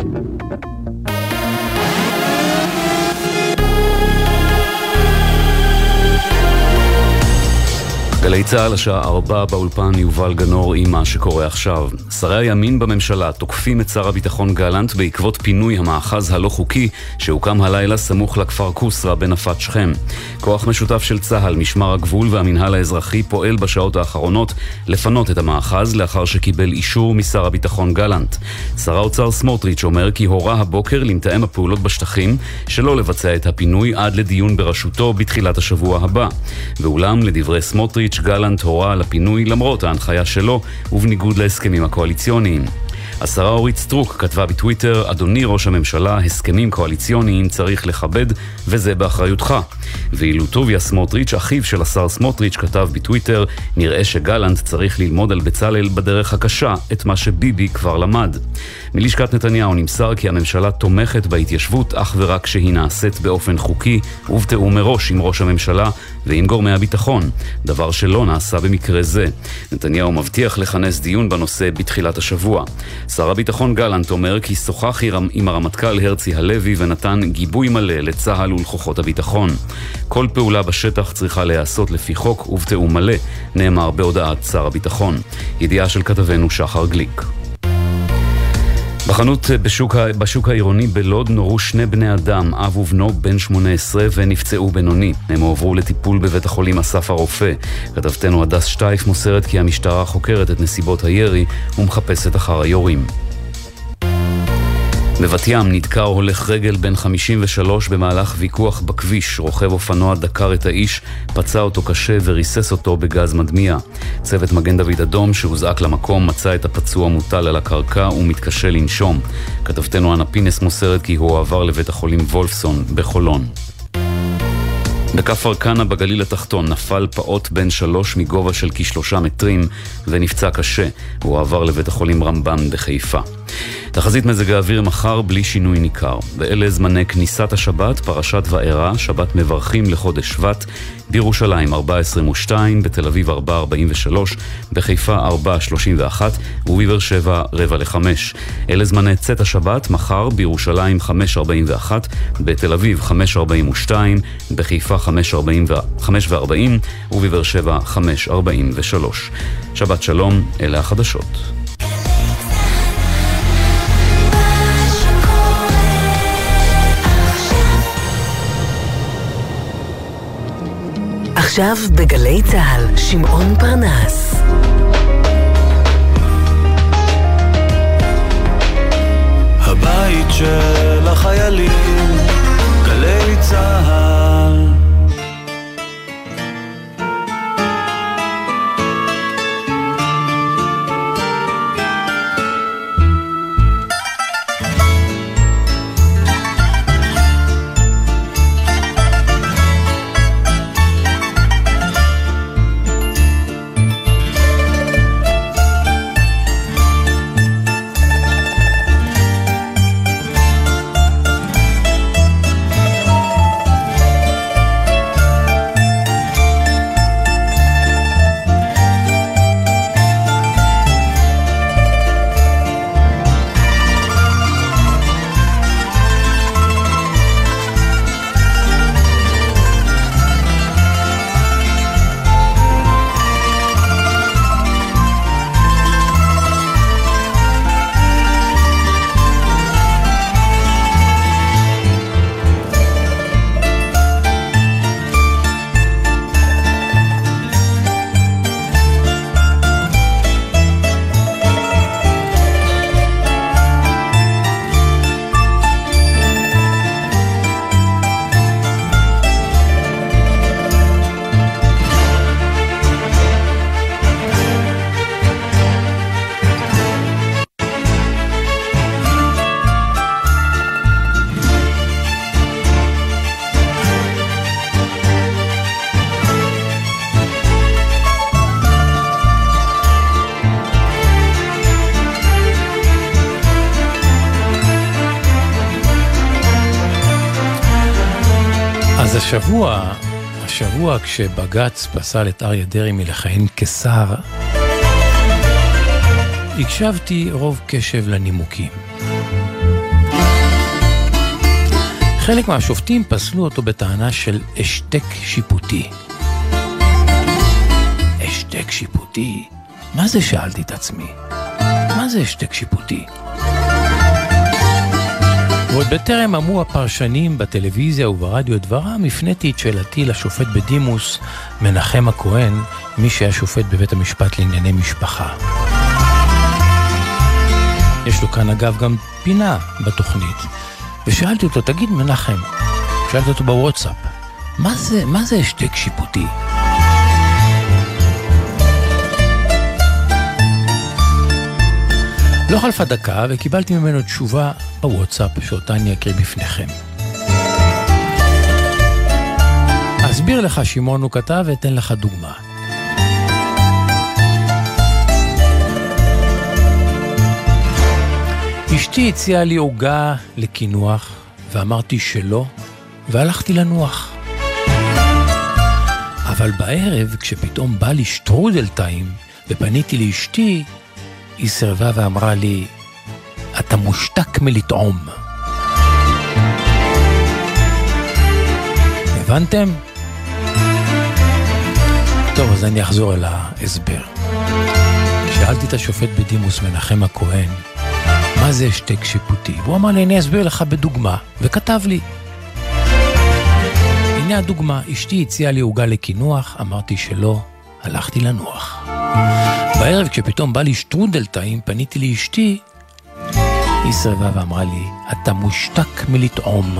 גלי צהל השעה 4 באולפן יובל גנור עם מה שקורה עכשיו. שרי הימין בממשלה תוקפים את שר הביטחון גלנט בעקבות פינוי המאחז הלא חוקי שהוקם הלילה סמוך לכפר קוסרה בנפת שכם. כוח משותף של צהל, משמר הגבול והמנהל האזרחי פועל בשעות האחרונות לפנות את המאחז לאחר שקיבל אישור משר הביטחון גלנט. שר האוצר סמוטריץ' אומר כי הורה הבוקר למתאם הפעולות בשטחים שלא לבצע את הפינוי עד לדיון בראשותו בתחילת השבוע הבא. ואולם לדברי סמוטריץ' גלנט הורה על הפינוי למרות ההנחיה שלו ובניגוד להסכמים הקואליציוניים. השרה אורית סטרוק כתבה בטוויטר, אדוני ראש הממשלה, הסכמים קואליציוניים צריך לכבד וזה באחריותך. ואילו טוביה סמוטריץ', אחיו של השר סמוטריץ', כתב בטוויטר, נראה שגלנט צריך ללמוד על בצלאל בדרך הקשה את מה שביבי כבר למד. מלשכת נתניהו נמסר כי הממשלה תומכת בהתיישבות אך ורק שהיא נעשית באופן חוקי ובתאום מראש עם ראש הממשלה ועם גורמי הביטחון, דבר שלא נעשה במקרה זה. נתניהו מבטיח לכנס דיון בנושא בתחילת השבוע. שר הביטחון גלנט אומר כי שוחח עם הרמטכ"ל הרצי הלוי ונתן גיבוי מלא לצהל ולכוחות הביטחון. כל פעולה בשטח צריכה להיעשות לפי חוק ובתאום מלא, נאמר בהודעת שר הביטחון. ידיעה של כתבנו שחר גליק. בחנות בשוק העירוני בלוד נורו 2 בני אדם, אב ובנו בן 18 ונפצעו בינוני. הם הועברו לטיפול בבית החולים אסף הרופא. כתבתנו הדס שטייף מוסרת כי המשטרה חוקרת את נסיבות הירי ומחפשת אחר היורים. בבת ים נדקר הולך רגל בן 53 במהלך ויכוח בכביש. רוכב אופנוע דקר את האיש, פצע אותו קשה וריסס אותו בגז מדמיע. צוות מגן דוד אדום שהוזעק למקום מצא את הפצוע מוטל על הקרקע ומתקשה לנשום. כתבתנו אנה פינס מוסרת כי הוא עבר לבית החולים וולפסון בחולון. בכפר כנא בגליל התחתון נפל פעוט בן 3 מגובה של כ3 מטרים ונפצע קשה. הוא עבר לבית החולים רמב"ם בחיפה. תחזית מזג האוויר מחר בלי שינוי ניכר. ואלה זמני כניסת השבת, פרשת וארא, שבת מברכים לחודש שבט, בירושלים 4:22, בתל אביב 4:43, בחיפה 4:31 ובבאר שבע 4:45. אלה זמני צאת השבת, מחר בירושלים 5:41, בתל אביב 5:42, בחיפה 5:40 ובבאר שבע 5:43. שבת שלום, אלה החדשות. עכשיו בגלי צהל, שמעון פרנס. הבית של החיילים, גלי צהל. אז השבוע כשבג"ץ פסל את אריה דרעי מלכהן כשר, הקשבתי רוב קשב לנימוקים. חלק מהשופטים פסלו אותו בטענה של השתק שיפוטי. השתק שיפוטי? מה זה, שאלתי את עצמי? מה זה השתק שיפוטי? ועוד בטרם אמרו הפרשנים בטלוויזיה וברדיו את דברם, הפניתי את שאלתי לשופט בדימוס מנחם הכהן, מי שהיה שופט בבית המשפט לענייני משפחה. יש לו כאן אגב גם פינה בתוכנית, ושאלתי אותו, תגיד מנחם, שאלתי אותו בוואטסאפ, מה זה השתק שיפוטי? לא חלפה דקה וקיבלתי ממנו תשובה בוואטסאפ שאותה אני אקריא בפניכם. אסביר לך, שמעון, הוא כתב, ואתן לך דוגמה. אשתי הציעה לי עוגה לקינוח ואמרתי שלא, והלכתי לנוח. אבל בערב, כשפתאום בא לי שטרודלטיים ופניתי לאשתי, היא סרבה ואמרה לי, אתה מושתק מלטעום. הבנתם? טוב, אז אני אחזור אל ההסבר. שאלתי את השופט בדימוס מנחם הכהן, מה זה השתק שיפוטי? הוא אמר לי, אני אסביר לך בדוגמה, וכתב לי. הנה הדוגמה, אשתי הציעה לי עוגה לקינוח, אמרתי שלא, הלכתי לנוח. בערב כשפתאום בא לי שטרודלטיים, פניתי לאשתי, היא סרבה ואמרה לי, אתה מושתק מלטעום.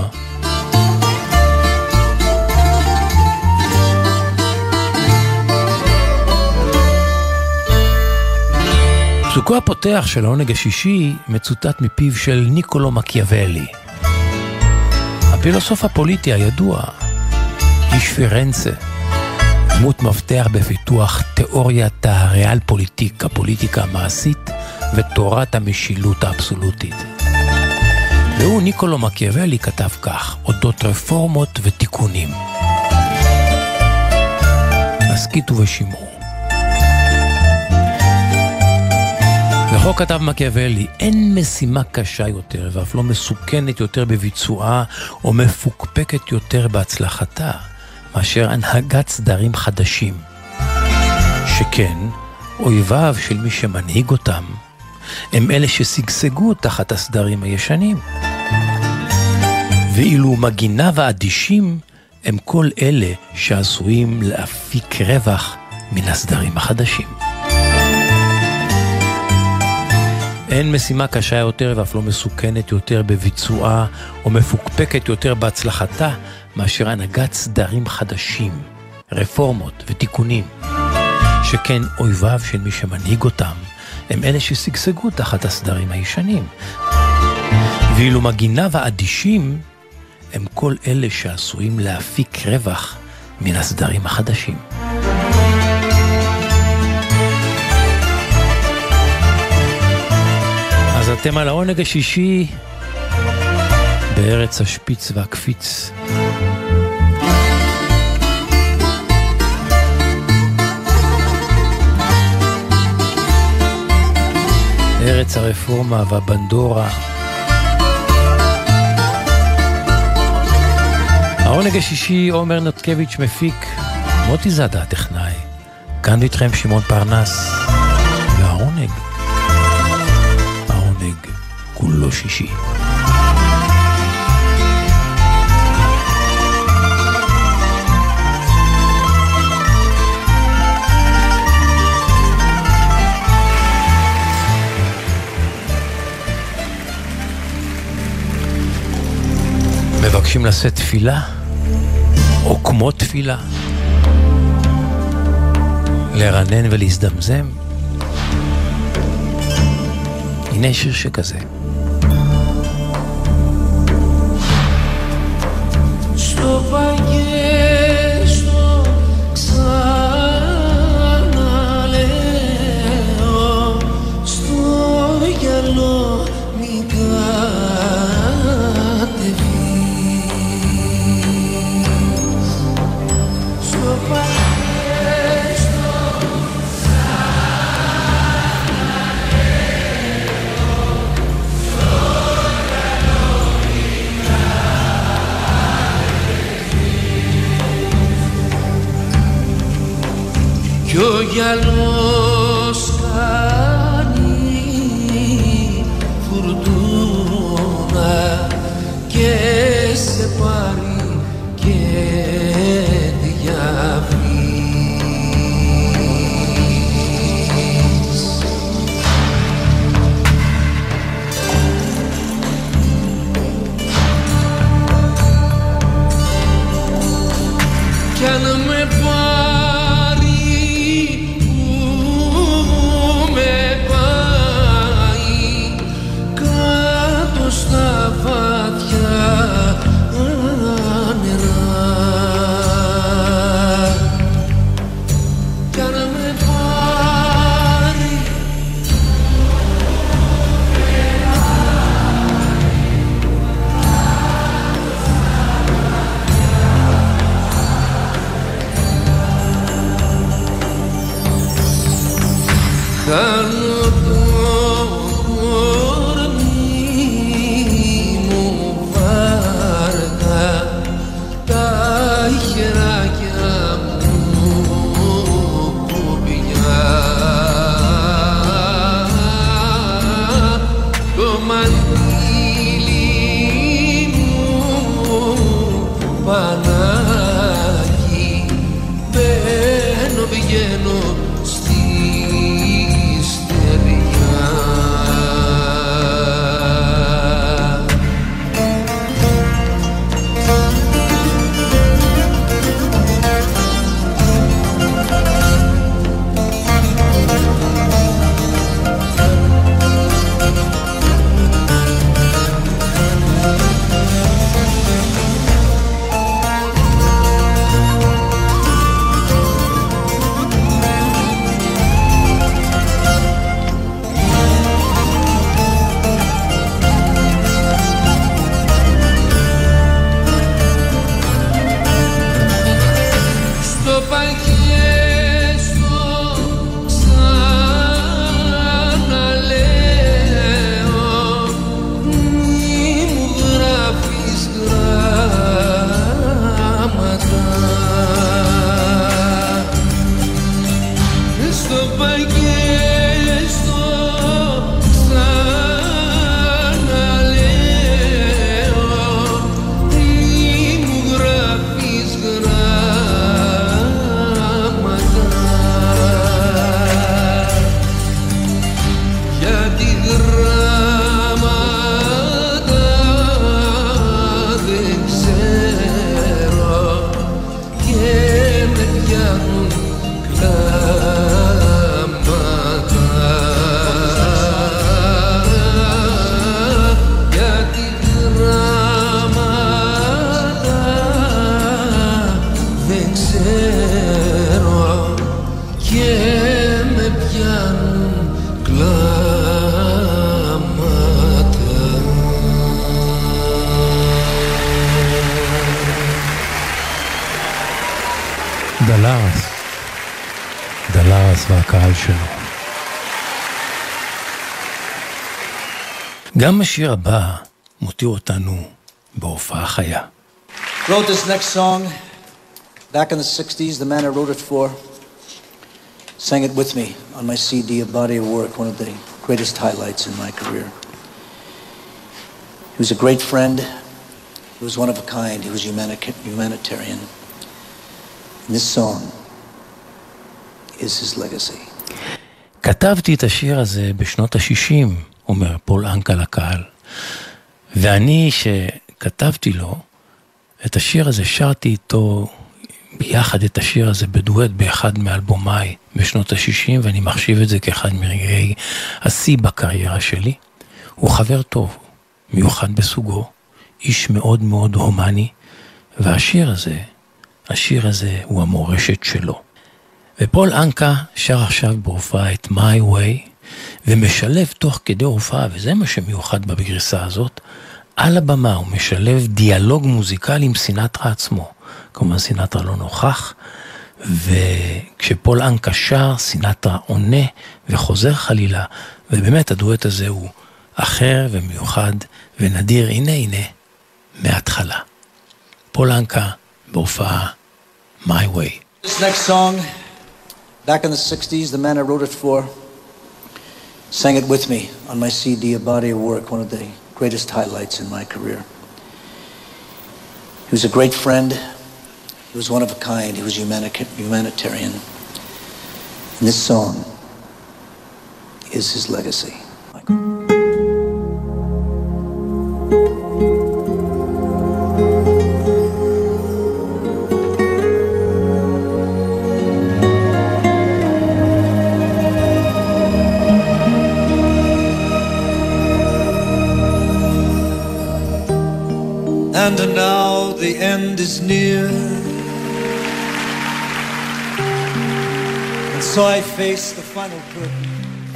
פסוקו הפותח של העונג השישי מצוטט מפיו של ניקולו מקיאוולי, הפילוסוף הפוליטי הידוע, איש פירנצה, דמות מפתח בפיתוח תיאוריית הריאל פוליטיק, הפוליטיקה המעשית ותורת המשילות האבסולוטית. והוא, ניקולו מקיאוולי, כתב כך, אודות רפורמות ותיקונים. הסכיתו ושמעו. וכה כתב מקיאוולי, אין משימה קשה יותר ואף לא מסוכנת יותר בביצועה או מפוקפקת יותר בהצלחתה מאשר הנהגת סדרים חדשים, שכן אויביו של מי שמנהיג אותם הם אלה ששגשגו תחת הסדרים הישנים, ואילו מגיניו האדישים הם כל אלה שעשויים להפיק רווח מן הסדרים החדשים. אין משימה קשה יותר ואף לא מסוכנת יותר בביצועה או מפוקפקת יותר בהצלחתה מאשר הנהגת סדרים חדשים, רפורמות ותיקונים, שכן אויביו של מי שמנהיג אותם הם אלה ששגשגו תחת הסדרים הישנים, ואילו מגיניו האדישים הם כל אלה שעשויים להפיק רווח מן הסדרים החדשים. אז אתם על העונג השישי בארץ השפיץ והקפיץ. ארץ הרפורמה והבנדורה. העונג השישי, עומר נותקביץ' מפיק, מוטי זאדה הטכנאי. כאן איתכם שמעון פרנס. והעונג, העונג כולו שישי. מבקשים לשאת תפילה, או כמו תפילה, לרנן ולהזדמזם. הנה שיר שכזה. γυαλό σκάνει φουρτούνα και σε πάρει και διαβρείς. Κι αν με πάρει που με πάει κάτω στα βάθια νερά, κι αν με πάρει χάνω το κορμί μου βάρκα, τα χεράκια μου κουμπιά, το μαντήλι μου πανάκι, μπαίνω βγαίνω στη στεριά. Στο παγιέστο ξαναλέω, μη μου γράφεις γράμματα. Στο παγιέστο ξαναλέω, μη μου γράφεις γράμματα, γιατί γράμματα δεν ξέρω και με πιάνουν κλάματα, γιατί γράμματα δεν ξέρω και με πιάνουν κλάματα. דלרס והקהל שלו. גם השיר הבא מותיר אותנו בהופעה חיה. Wrote this next song back in the 60s. The man I wrote it for sang it with me on my CD, A Body of Work, one of the greatest highlights in my career. He was a great friend. He was one of a kind. He was humanitarian. And this song is his legacy. כתבתי את השיר הזה בשנות ה-60, אומר פול אנקה לקהל. ואני שכתבתי לו את השיר הזה, שרתי איתו ביחד את השיר הזה בדואט באחד מאלבומיי בשנות ה-60, ואני מחשיב את זה כאחד מרגעי השיא בקריירה שלי. הוא חבר טוב, מיוחד בסוגו, איש מאוד מאוד הומני, והשיר הזה הוא המורשת שלו. ופול אנקה שר עכשיו בהופעה את My Way, ומשלב תוך כדי הופעה, וזה מה שמיוחד בגרסה הזאת, על הבמה הוא משלב דיאלוג מוזיקלי עם סינטרה עצמו. כלומר סינטרה לא נוכח, וכשפול אנקה שר, סינטרה עונה וחוזר חלילה, ובאמת הדואט הזה הוא אחר ומיוחד ונדיר. הנה מההתחלה. פול אנקה בהופעה My Way. This next song Back in the 60s, the man I wrote it for sang it with me on my CD, A Body of Work, one of the greatest highlights in my career. He was a great friend. He was one of a kind. He was humanitarian. And this song is his legacy. Michael. And now the end is near, and so I face the final curtain,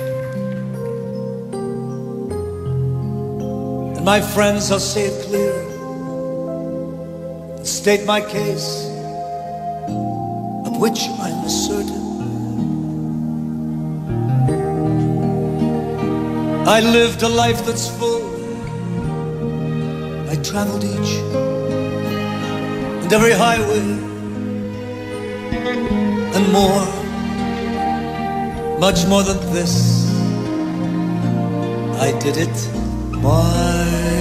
and my friends, I'll say it clear, state my case, of which I'm certain. I lived a life that's full. I traveled each and every highway and more, much more than this. I did it my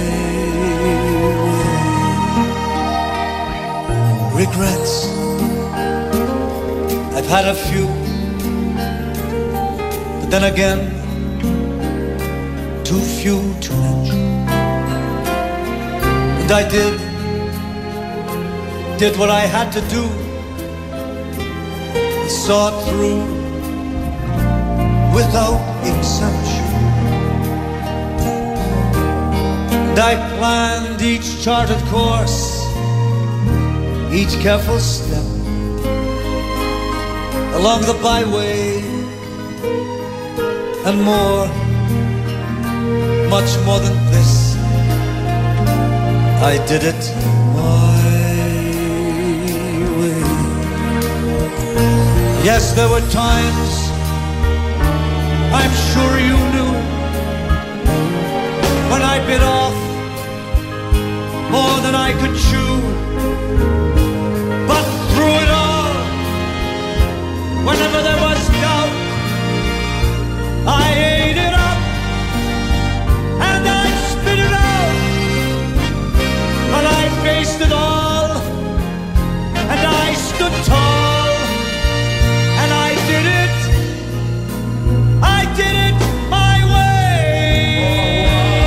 way. Regrets, I've had a few, but then again, too few to mention. I did what I had to do, saw it through without exception. And I planned each charted course, each careful step along the byway, and more, much more than this. I did it my way. Yes, there were times, I'm sure you knew, when I bit off more than I could chew. But through it all, whenever there was doubt, I ate it up and I spit it out. But I faced it all, and I stood tall, and I did it my way.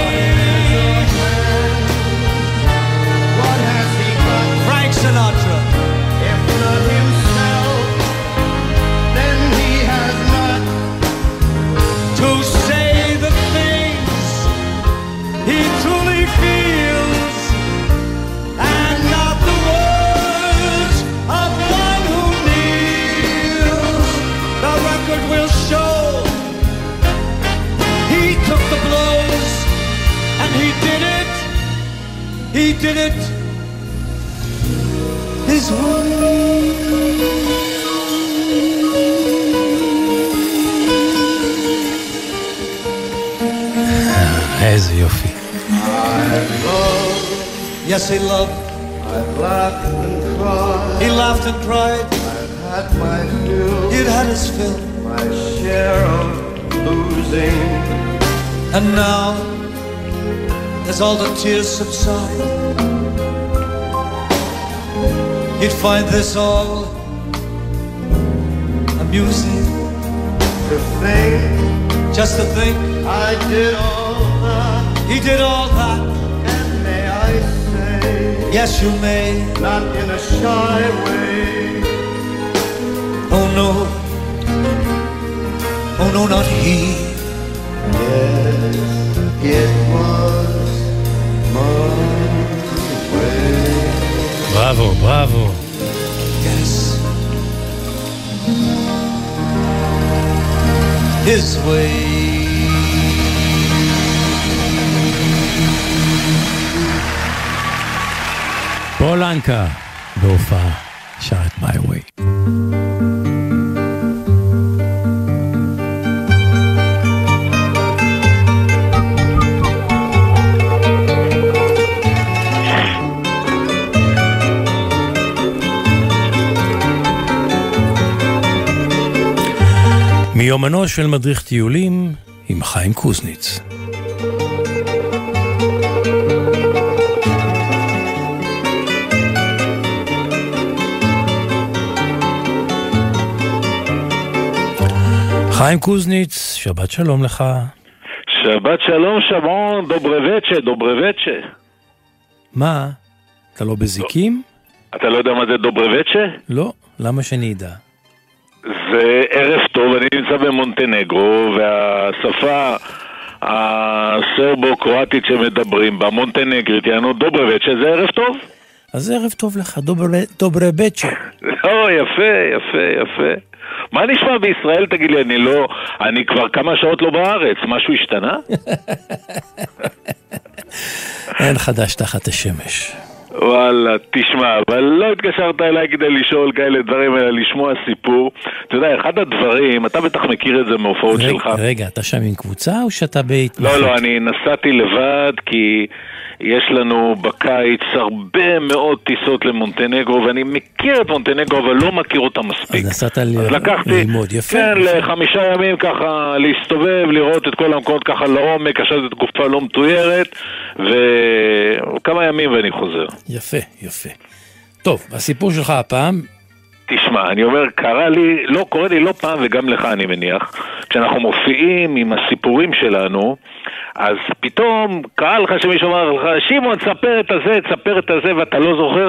What has he got? Frank Sinatra. If not himself, then he has not to say the things he truly feels, and not the words of one who kneels. The record will show he took the blows, and he did it his way. איזה יופי. Yes, he loved. I've laughed and cried. He laughed and cried. I've had my fill. He'd had his fill. My share of losing. And now, as all the tears subside, he'd find this all amusing. To think, just to think, I did all that. He did all that. And may I say, yes, you may. not in a shy way. Oh no, oh no, not he. Yes, it was my way. בראבו, בראבו. Yes, his way. פולנקה בהופעה שר את My Way. מיומנו של מדריך טיולים עם חיים קוזניץ. חיים קוזניץ, שבת שלום לך. שבת שלום שמעון, דוברבצ'ה. מה? אתה לא בזיקים? אתה לא יודע מה זה דוברבצ'ה? לא, למה שאני אדע? זה ערב טוב, אני נמצא במונטנגרו, והשפה הסרבו-קרואטית שמדברים בה, מונטנגרית, יענו דוברבצ'ה, זה ערב טוב? אז ערב טוב לך, דוברבצ'ה. לא, יפה. מה נשמע בישראל, תגיד לי, אני כבר כמה שעות לא בארץ, משהו השתנה? אין חדש תחת השמש. וואלה, תשמע, אבל לא התקשרת אליי כדי לשאול כאלה דברים, אלא לשמוע סיפור. אתה יודע, אחד הדברים, אתה בטח מכיר את זה מהופעות שלך. רגע, אתה שם עם קבוצה או שאתה בהתמחות? לא, אני נסעתי לבד כי יש לנו בקיץ הרבה מאוד טיסות למונטנגרו, ואני מכיר את מונטנגרו, אבל לא מכיר אותה מספיק. אז נסעת ללמוד, יפה. כן, ל5 ימים ככה להסתובב, לראות את כל המקומות ככה לעומק, עכשיו זו תקופה לא מתוירת, וכמה ימים ואני חוזר. יפה. טוב, הסיפור שלך הפעם? תשמע, אני אומר, קורה לי לא פעם וגם לך אני מניח, כשאנחנו מופיעים עם הסיפורים שלנו, אז פתאום קרה לך שמישהו אמר לך, שמעון, תספר את הזה, ואתה לא זוכר?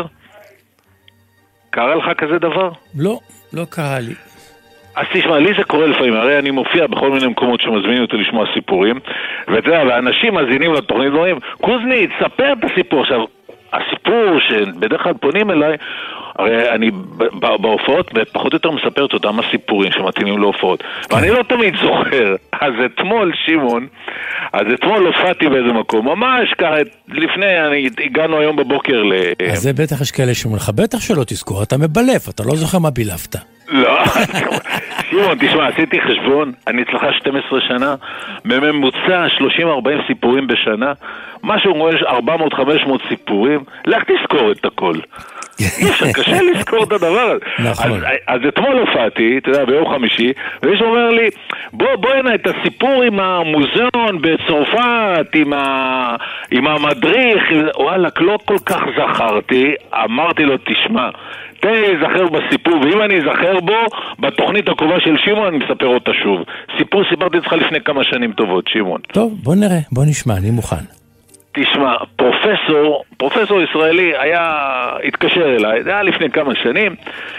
קרה לך כזה דבר? לא קרה לי. אז תשמע, לי זה קורה לפעמים, הרי אני מופיע בכל מיני מקומות שמזמינים אותי לשמוע סיפורים, ואתה יודע, ואנשים מזינים לתוכנית ואומרים, קוזניץ, תספר את הסיפור. עכשיו, הסיפור שבדרך כלל פונים אליי, הרי אני בהופעות פחות או יותר מספר את אותם הסיפורים שמתאימים להופעות, ואני לא תמיד זוכר. אז אתמול, שמעון, הופעתי באיזה מקום, ממש ככה, הגענו היום בבוקר אז זה בטח יש כאלה שאומרים לך, בטח שלא תזכור, אתה מבלף, אתה לא זוכר מה בילפת. לא, שמעון, תשמע, עשיתי חשבון, אני אצלך 12 שנה, בממוצע 30-40 סיפורים בשנה, משהו 400-500 סיפורים, לך תזכור את הכל. קשה לזכור את הדבר הזה. נכון. אז אתמול הופעתי, אתה יודע, ביום חמישי, ויש אומר לי, בוא הנה את הסיפור עם המוזיאון בצרפת, עם המדריך, וואלה, לא כל כך זכרתי, אמרתי לו, תשמע, תן לי לזכר בסיפור, ואם אני אזכר בו, בתוכנית הקרובה של שמעון, אני מספר אותה שוב. סיפרתי אצלך לפני כמה שנים טובות, שמעון. טוב, בוא נראה, בוא נשמע, אני מוכן. תשמע, פרופסור ישראלי התקשר אליי, זה היה לפני כמה שנים,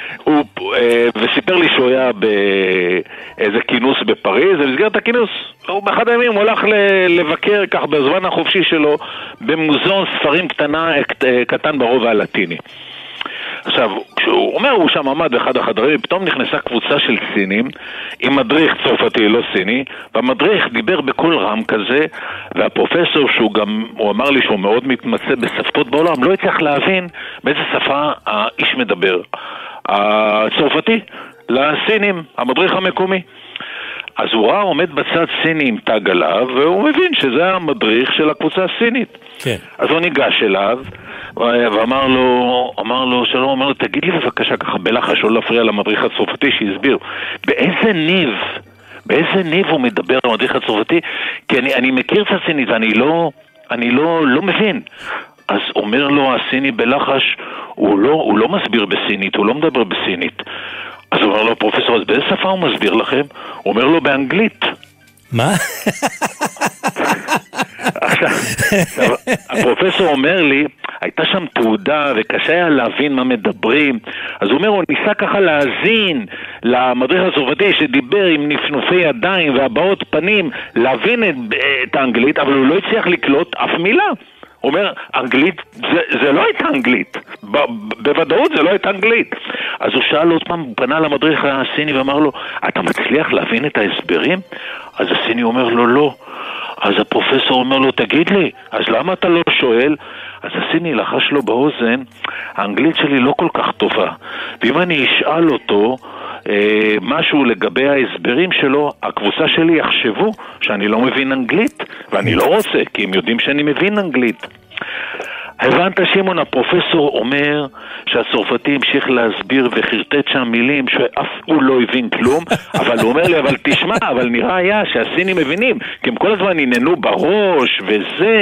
וסיפר לי שהוא היה באיזה כינוס בפריז, ובמסגרת הכינוס, באחד הימים הוא הלך לבקר כך בזמן החופשי שלו, במוזיאון ספרים קטן ברובע הלטיני. עכשיו, כשהוא אומר, הוא שם עמד באחד החדרים, פתאום נכנסה קבוצה של סינים, עם מדריך צרפתי, לא סיני, והמדריך דיבר בקול רם כזה, והפרופסור הוא אמר לי שהוא מאוד מתמצא בשפות בעולם, לא הצליח להבין באיזה שפה האיש מדבר. הצרפתי, לסינים, המדריך המקומי. אז הוא ראה עומד בצד סיני עם תג עליו, והוא מבין שזה המדריך של הקבוצה הסינית. כן. אז הוא ניגש אליו, ואמר לו, שלום, אומר לו, תגיד לי בבקשה ככה בלחש, לא להפריע למדריך הצרפתי שהסביר, באיזה ניב הוא מדבר המדריך הצרפתי? כי אני מכיר את הסינית, ואני לא מבין. אז אומר לו הסיני בלחש, הוא לא מסביר בסינית, הוא לא מדבר בסינית. אז הוא אומר לו, פרופסור, אז באיזה שפה הוא מסביר לכם? הוא אומר לו, באנגלית. מה? עכשיו, הפרופסור אומר לי, הייתה שם תעודה וקשה היה להבין מה מדברים, אז הוא אומר, הוא ניסה ככה להאזין למדריך הצרפתי שדיבר עם נפנופי ידיים והבעות פנים, להבין את האנגלית, אבל הוא לא הצליח לקלוט אף מילה. הוא אומר, אנגלית, זה לא הייתה אנגלית. בוודאות זה לא הייתה אנגלית. אז הוא שאל עוד פעם, פנה למדריך הסיני ואמר לו, אתה מצליח להבין את ההסברים? אז הסיני אומר לו, לא. אז הפרופסור אומר לו, תגיד לי, אז למה אתה לא שואל? אז הסיני לחש לו באוזן, האנגלית שלי לא כל כך טובה. ואם אני אשאל אותו משהו לגבי ההסברים שלו, הקבוצה שלי יחשבו שאני לא מבין אנגלית, ואני לא רוצה, כי הם יודעים שאני מבין אנגלית. הבנת שמעון, הפרופסור אומר שהצרפתי המשיך להסביר וחרטט שם מילים שאף הוא לא הבין כלום, אבל הוא אומר לי, אבל תשמע, אבל נראה היה שהסינים מבינים, כי הם כל הזמן עיננו בראש וזה,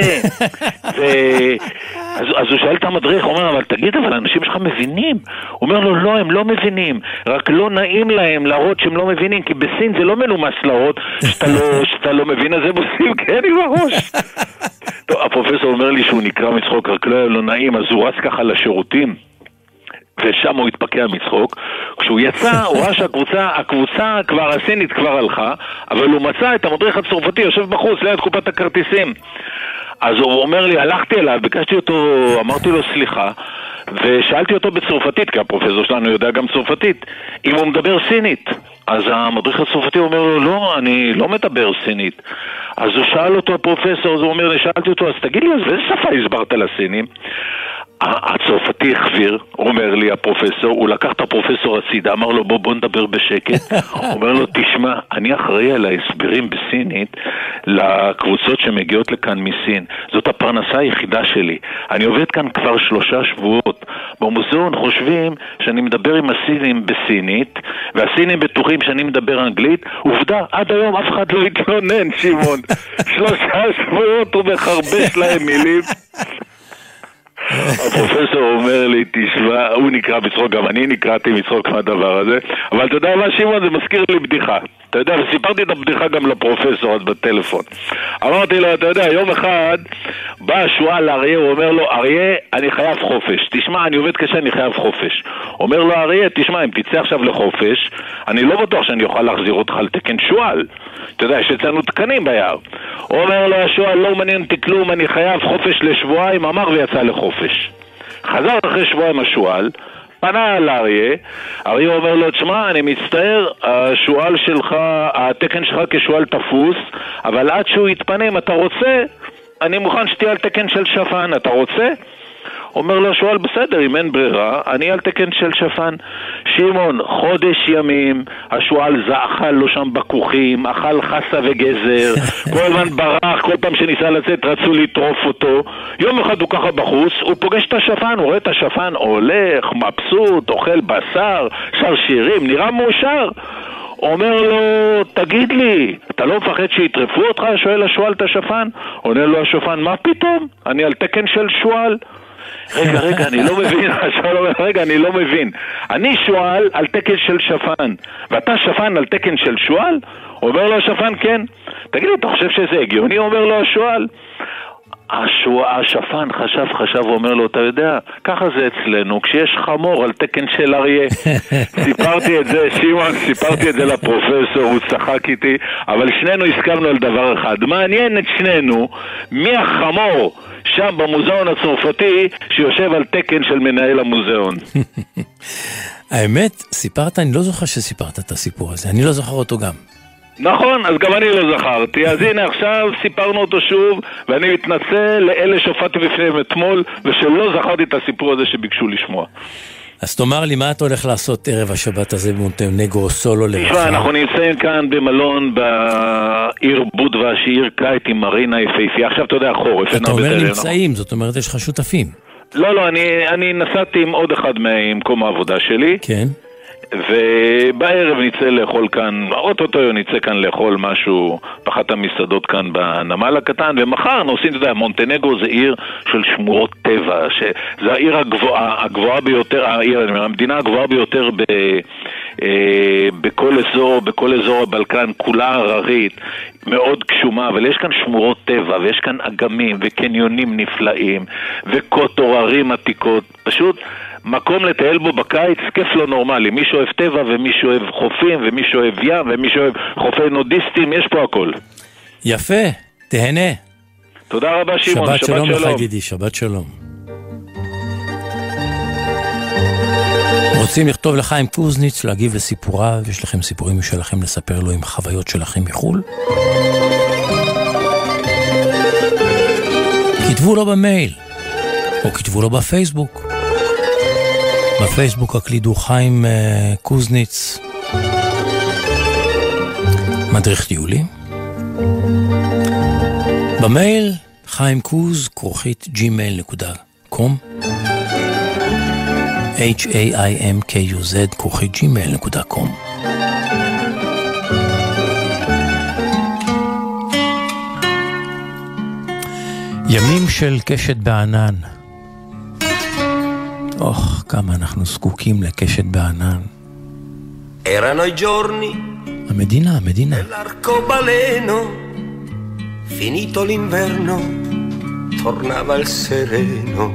אז הוא שאל את המדריך, הוא אומר, אבל תגיד, אבל האנשים שלך מבינים? הוא אומר לו, לא, הם לא מבינים, רק לא נעים להם להראות שהם לא מבינים, כי בסין זה לא מנומס להראות שאתה לא מבין, אז הם עושים כן עם הראש. טוב, הפרופסור אומר לי שהוא נקרא מצחוק, רק לא נעים, אז הוא רץ ככה לשירותים, ושם הוא התפקע מצחוק. כשהוא יצא, הוא ראה שהקבוצה כבר הסינית כבר הלכה, אבל הוא מצא את המדריך הצרפתי יושב בחוץ ליד קופת הכרטיסים. אז הוא אומר לי, הלכתי אליו, ביקשתי אותו, אמרתי לו סליחה, ושאלתי אותו בצרפתית, כי הפרופסור שלנו יודע גם צרפתית, אם הוא מדבר סינית. אז המדריך הצרפתי אומר לו, לא, אני לא מדבר סינית. אז הוא שאל אותו הפרופסור, אז הוא אומר לי, שאלתי אותו, אז תגיד לי, אז באיזה שפה הסברת לסינים? הצרפתי החביר, אומר לי הפרופסור, הוא לקח את הפרופסור הצידה, אמר לו בוא נדבר בשקט. אומר לו, תשמע, אני אחראי על ההסברים בסינית לקבוצות שמגיעות לכאן מסין, זאת הפרנסה היחידה שלי, אני עובד כאן כבר 3 שבועות, במוזיאון חושבים שאני מדבר עם הסינים בסינית, והסינים בטוחים שאני מדבר אנגלית. עובדה, עד היום אף אחד לא התלונן, שמעון. 3 שבועות הוא מחרבש להם מילים. הפרופסור אומר לי, תשמע, הוא נקרא בצחוק, גם אני נקראתי בצחוק מהדבר הזה, אבל אתה יודע מה, שמעון, זה מזכיר לי בדיחה. אתה יודע, וסיפרתי את הבדיחה גם לפרופסור אז בטלפון. אמרתי לו, אתה יודע, יום אחד בא השועל לאריה, הוא אומר לו, אריה, אני חייב חופש. תשמע, אני עובד קשה, אני חייב חופש. אומר לו, אריה, תשמע, אם תצא עכשיו לחופש, אני לא בטוח שאני אוכל להחזיר אותך על תקן שועל. אתה יודע, יש אצלנו תקנים ביער. אומר לו, השועל, לא מעניין אותי כלום, אני חייב חופש לשבועיים, אמר ויצא לחופש. חזר אחרי שבועיים השועל, פנה על אריה, אריה אומר לו, תשמע, אני מצטער, השועל שלך, התקן שלך כשועל תפוס, אבל עד שהוא יתפנה, אם אתה רוצה, אני מוכן שתהיה על תקן של שפן, אתה רוצה? אומר לו השועל, בסדר, אם אין ברירה, אני על תקן של שפן. שמעון, חודש ימים, השועל אכל לו שם בכוחים, אכל חסה וגזר, כל הזמן ברח, כל פעם שניסה לצאת רצו לטרוף אותו. יום אחד הוא ככה בחוץ, הוא פוגש את השפן, הוא רואה את השפן הולך, מבסוט, אוכל בשר, שר שירים, נראה מאושר. אומר לו, תגיד לי, אתה לא מפחד שיטרפו אותך? שואל השועל את השפן. עונה לו השפן, מה פתאום? אני על תקן של שועל. רגע, אני לא מבין. השועל אומר, רגע, אני לא מבין. אני שועל על תקן של שפן, ואתה שפן על תקן של שועל? אומר לו השפן, כן. תגיד לי, אתה חושב שזה הגיוני? אומר לו השועל. השפן חשב ואומר לו, אתה יודע, ככה זה אצלנו, כשיש חמור על תקן של אריה. סיפרתי את זה, שמעון, סיפרתי את זה לפרופסור, הוא צחק איתי, אבל שנינו הסכמנו על דבר אחד, מעניין את שנינו, מי החמור שם במוזיאון הצרפתי שיושב על תקן של מנהל המוזיאון. האמת, סיפרת, אני לא זוכר שסיפרת את הסיפור הזה, אני לא זוכר אותו גם. נכון, אז גם אני לא זכרתי. אז הנה עכשיו סיפרנו אותו שוב, ואני מתנצל לאלה שהופעתי בפניהם אתמול ושלא זכרתי את הסיפור הזה שביקשו לשמוע. אז תאמר לי, מה אתה הולך לעשות ערב השבת הזה במונטנגרו סולו לרחב? אנחנו נמצאים כאן במלון בעיר בודווה, שהיא עיר קיץ עם מרינה יפהפייה. עכשיו אתה יודע, חורף. אתה אומר נמצאים, זאת אומרת יש לך שותפים. לא, אני נסעתי עם עוד אחד ממקום העבודה שלי. כן. ובערב נצא לאכול כאן, אוטוטו נצא כאן לאכול משהו באחת המסעדות כאן בנמל הקטן, ומחר נוסעים, אתה יודע, מונטנגרו זה עיר של שמורות טבע, שזה העיר הגבוהה ביותר, המדינה הגבוהה ביותר בכל אזור הבלקן, כולה הררית, מאוד קשומה, אבל יש כאן שמורות טבע, ויש כאן אגמים וקניונים נפלאים, וקוטור ערים עתיקות, פשוט מקום לטייל בו בקיץ, כיף לא נורמלי. מי שאוהב טבע ומי שאוהב חופים ומי שאוהב ים ומי שאוהב חופי נודיסטים, יש פה הכל. יפה, תהנה. תודה רבה שמעון, שבת שלום לך ידידי, שבת שלום. רוצים לכתוב לחיים קוזניץ, להגיב לסיפוריו, יש לכם סיפורים משלכם לספר לו עם חוויות שלכם מחול? כתבו לו במייל, או כתבו לו בפייסבוק. בפייסבוק הקלידו חיים קוזניץ, מדריך טיולים. במייל חיים קוז @gmail.com. haimkuz haimkuz@gmail.com. ימים של קשת בענן. כמה אנחנו זקוקים לקשת בענן. Erano i giorni המדינה. dell'arcobaleno, finito l'inverno, tornava il sereno.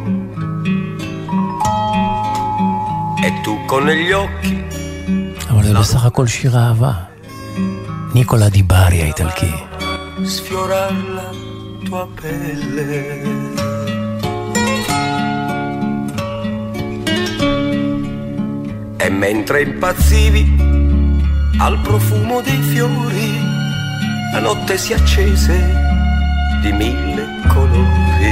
E tu con negli occhi. אבל זה בסך הכל שיר אהבה. ניקולה דיברי האיטלקי. Sfiorar la tua pelle. E mentre impazzivi al profumo dei fiori, la notte si accese di 1000 colori.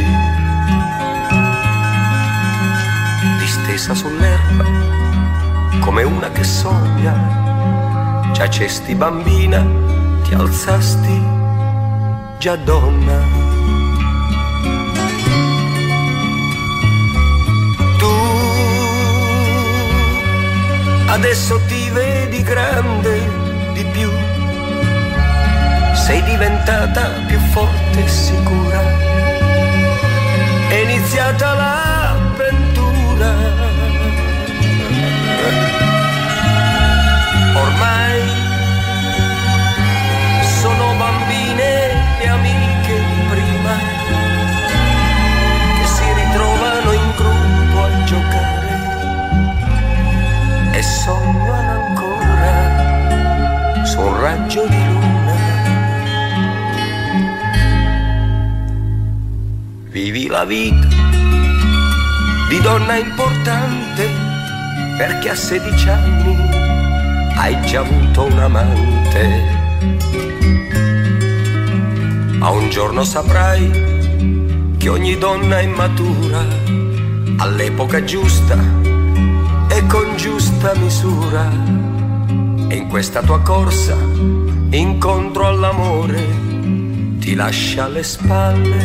Distesa sull'erba come una che sogna, giacesti bambina, ti alzasti già donna. Tu adesso ti vedi grande di più, sei diventata più forte e sicura, è iniziata l'avventura. Ormai sono bambine e amiche di prima che si ritrovano in gruppo a giocare e sognano ancora su un raggio di luna. Vivi la vita di donna importante perché a 16 anni hai già avuto un amante. Ma un giorno saprai che ogni donna è matura all'epoca giusta e con giusta misura. E in questa tua corsa incontro all'amore ti lascia alle spalle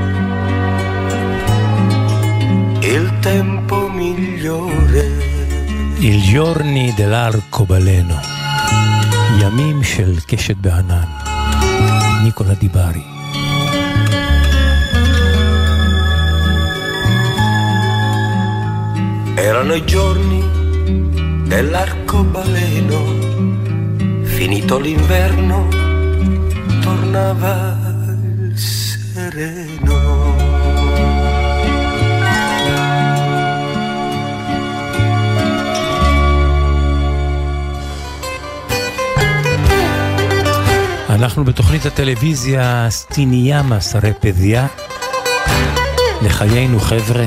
il tempo migliore. Il giorni dell'arcobaleno. ימים של קשת בענן. ניקולה דיברי. Erano i giorni dell'arcobaleno, finito l'inverno, tornava il sereno. אנחנו בתוכנית הטלוויזיה סטיניאמה, שרי פדיה, לחיינו חבר'ה.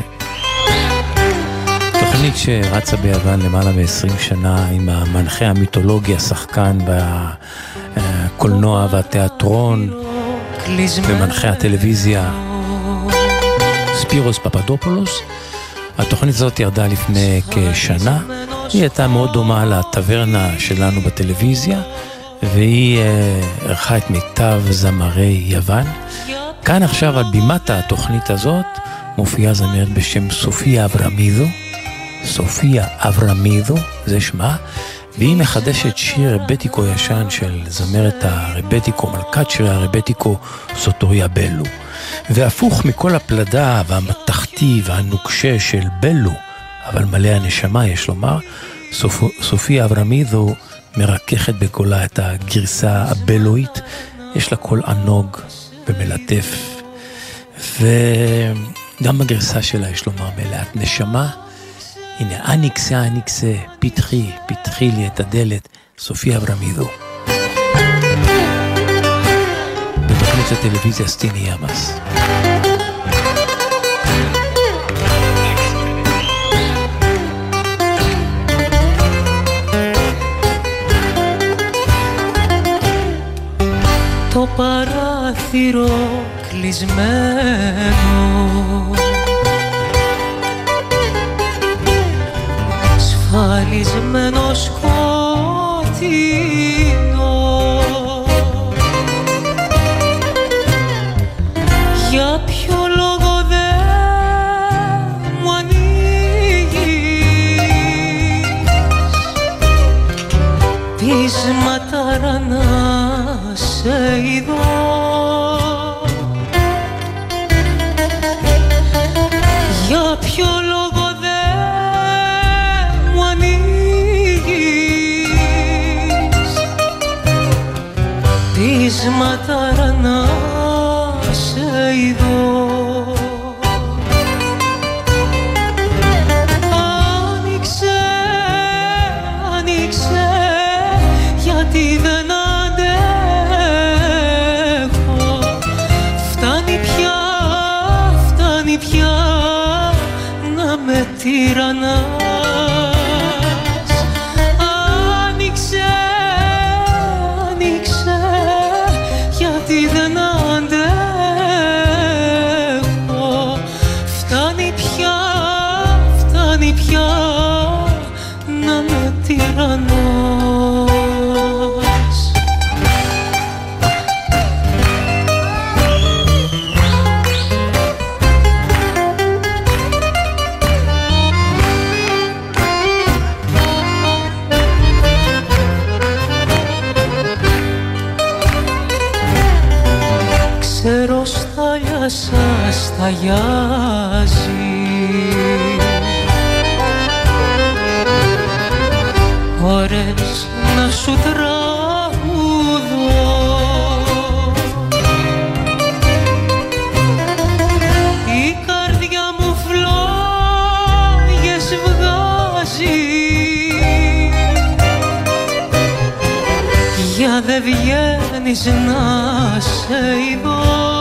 תוכנית שרצה ביוון למעלה מ-20 שנה עם המנחה המיתולוגי, השחקן והקולנוע והתיאטרון ומנחה הטלוויזיה ספירוס פפדופולוס. התוכנית הזאת ירדה לפני כשנה. היא הייתה מאוד דומה לטברנה שלנו בטלוויזיה, והיא ערכה את מיטב זמרי יוון. כאן עכשיו על בימת התוכנית הזאת מופיעה זמרת בשם סופיה אברמידו. סופיה אברמידו, זה שמה, והיא מחדשת שיר רבטיקו ישן של זמרת הרבטיקו, מלכת שירי הרבטיקו, סוטוריה בלו. והפוך מכל הפלדה והמתחתי והנוקשה של בלו, אבל מלא הנשמה יש לומר, סופיה אברמידו מרככת בקולה את הגרסה הבלואית, יש לה קול ענוג ומלטף, וגם בגרסה שלה יש לומר מלאת נשמה. הנה, אניקסה, פתחי לי את הדלת, סופיה אברמידו. בתוכנית הטלוויזיה סטיניאמס. Το παράθυρο κλεισμένο, σφαλισμένο σκοτεινό, για ποιο λόγο δεν μάταρα να σε είδω. Άνοιξε, γιατί δεν αντέχω. Φτάνει πια να με τυραννάς. Γιατί δεν αντέχω. Φτάνει πια να με τυραννάς. Ξέρω στάλια σας ταγιάζει. Ώρες να σου τραγουδώ. Η καρδιά μου φλόγες βγάζει. Για δε βγαίνεις να σε ειδώ.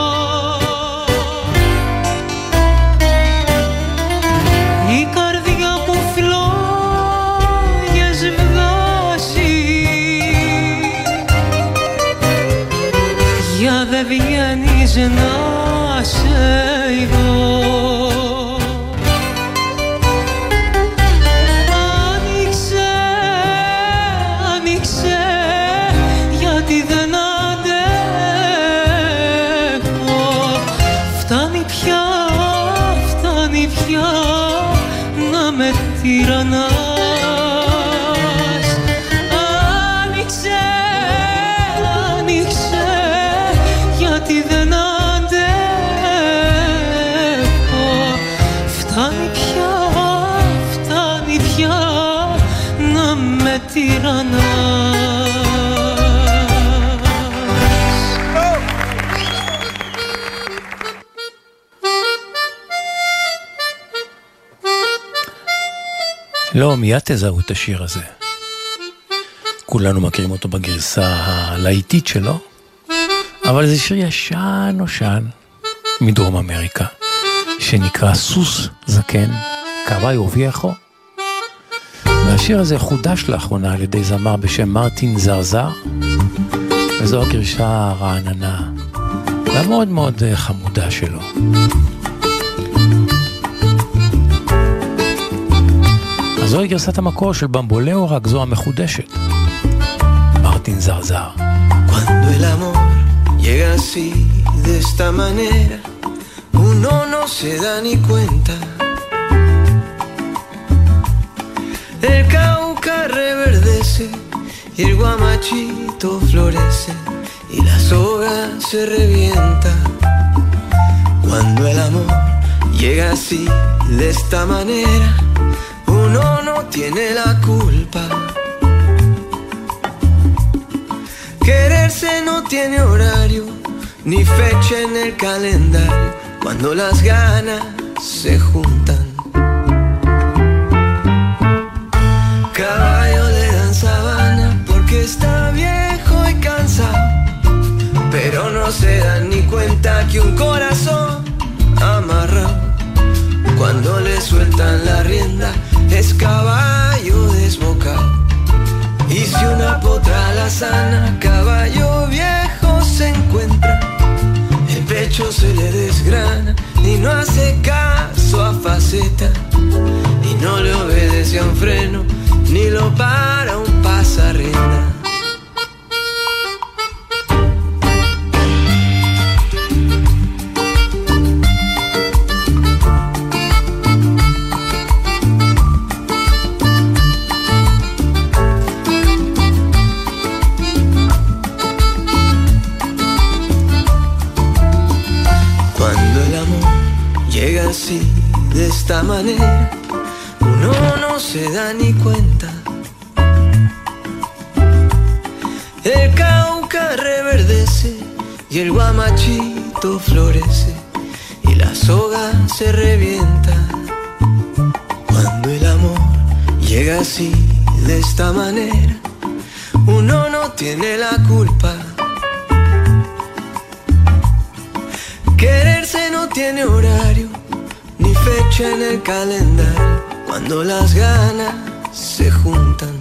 Η καρδιά μου φλόγες βγάζει. Για δε βγαίνεις να σε ειδώ. Άνοιξε, γιατί δεν αντέχω. Φτάνει πια να με τυραννάς. Άνοιξε, γιατί δεν αντέχω. Φτάνει πια να με τυραννάς. לא, מיד תזהו את השיר הזה. כולנו מכירים אותו בגרסה הלהיטית שלו, אבל זה שיר ישן מדרום אמריקה, שנקרא סוס זקן, קוואיו וייחו. והשיר הזה חודש לאחרונה על ידי זמר בשם מרטין זרזר, וזו הגרשה הרעננה והמאוד מאוד חמודה שלו. אז זוהי גרסת המקור של במבולאו, רק זו המחודשת. מרטין זרזר. Cuando el amor llega así, de esta manera, uno no se da ni cuenta. El Cauca reverdece y el guamachito florece y la soga se revienta. Cuando el amor llega así, de esta manera, uno no tiene la culpa. Quererse no tiene horario ni fecha en el calendario. Cuando las ganas se juntan, caballo le dan sabana porque está viejo y cansado, pero no se dan ni cuenta que un corazón amarrado, cuando le sueltan la rienda, es caballo desbocado. Y si una potra la sana, caballo viejo se encuentra, el pecho se le desgrana y no hace caso a faceta, y no le obedece a un freno, ni lo para un pasarrienda. Así, de esta manera, uno no se da ni cuenta. El Cauca reverdece y el guamachito florece y la soga se revienta. Cuando el amor llega así, de esta manera, uno no tiene la culpa. Quererse no tiene horario ni fecha en el calendario. Cuando las ganas se juntan,